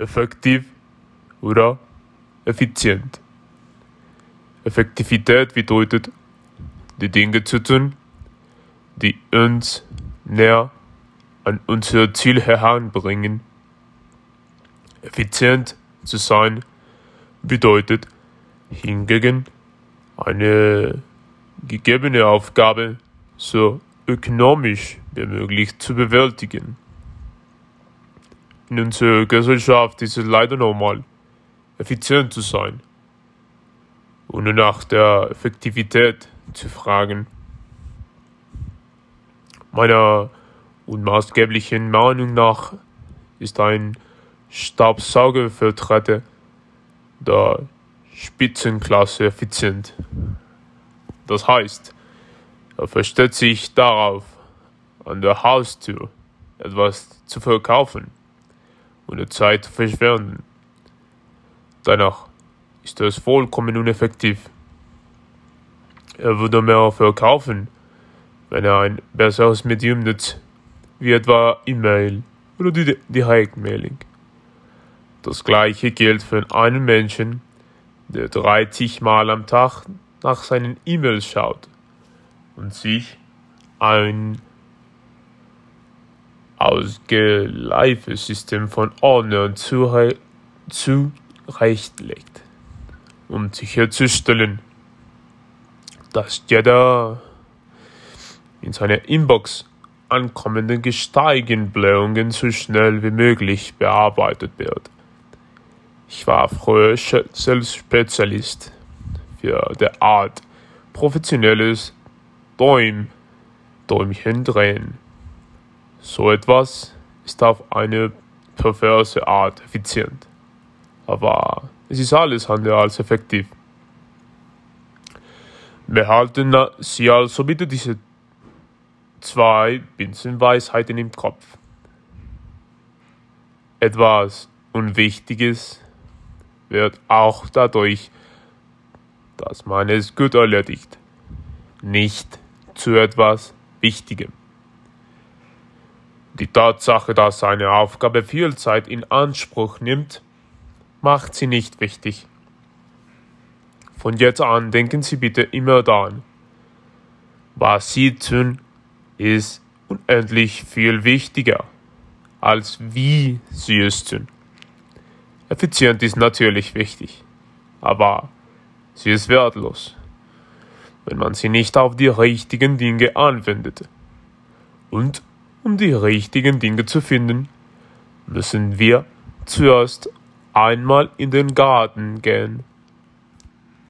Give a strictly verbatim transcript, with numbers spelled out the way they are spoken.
effektiv oder effizient. Effektivität bedeutet, die Dinge zu tun, die uns näher an unser Ziel heranbringen. Effizient zu sein bedeutet hingegen, eine gegebene Aufgabe so ökonomisch wie möglich zu bewältigen. In unserer Gesellschaft ist es leider normal, effizient zu sein, ohne nach der Effektivität zu fragen. Meiner unmaßgeblichen Meinung nach ist ein Staubsaugervertreter der Spitzenklasse effizient. Das heißt, er versteht sich darauf, an der Haustür etwas zu verkaufen, ohne Zeit zu verschwenden. Danach ist es vollkommen ineffektiv. Er würde mehr verkaufen, wenn er ein besseres Medium nutzt, wie etwa E-Mail oder die Direktmailing. Das gleiche gilt für einen Menschen, der dreißig Mal am Tag nach seinen E-Mails schaut und sich ein ausgereiftes System von Ordnern zure- zurechtlegt, um sicherzustellen, dass jeder in seiner Inbox ankommenden gesteigerten Blähungen so schnell wie möglich bearbeitet wird. Ich war früher selbst Spezialist für der Art professionelles Däum, Däumchen drehen. So etwas ist auf eine perverse Art effizient, aber es ist alles andere als effektiv. Behalten Sie also bitte diese zwei Binsenweisheiten im Kopf. Etwas Unwichtiges wird auch dadurch, dass man es gut erledigt, nicht zu etwas Wichtigem. Die Tatsache, dass eine Aufgabe viel Zeit in Anspruch nimmt, macht sie nicht wichtig. Von jetzt an denken Sie bitte immer daran, was Sie tun, ist unendlich viel wichtiger, als wie Sie es tun. Effizient ist natürlich wichtig, aber sie ist wertlos, wenn man sie nicht auf die richtigen Dinge anwendet. Und um die richtigen Dinge zu finden, müssen wir zuerst einmal in den Garten gehen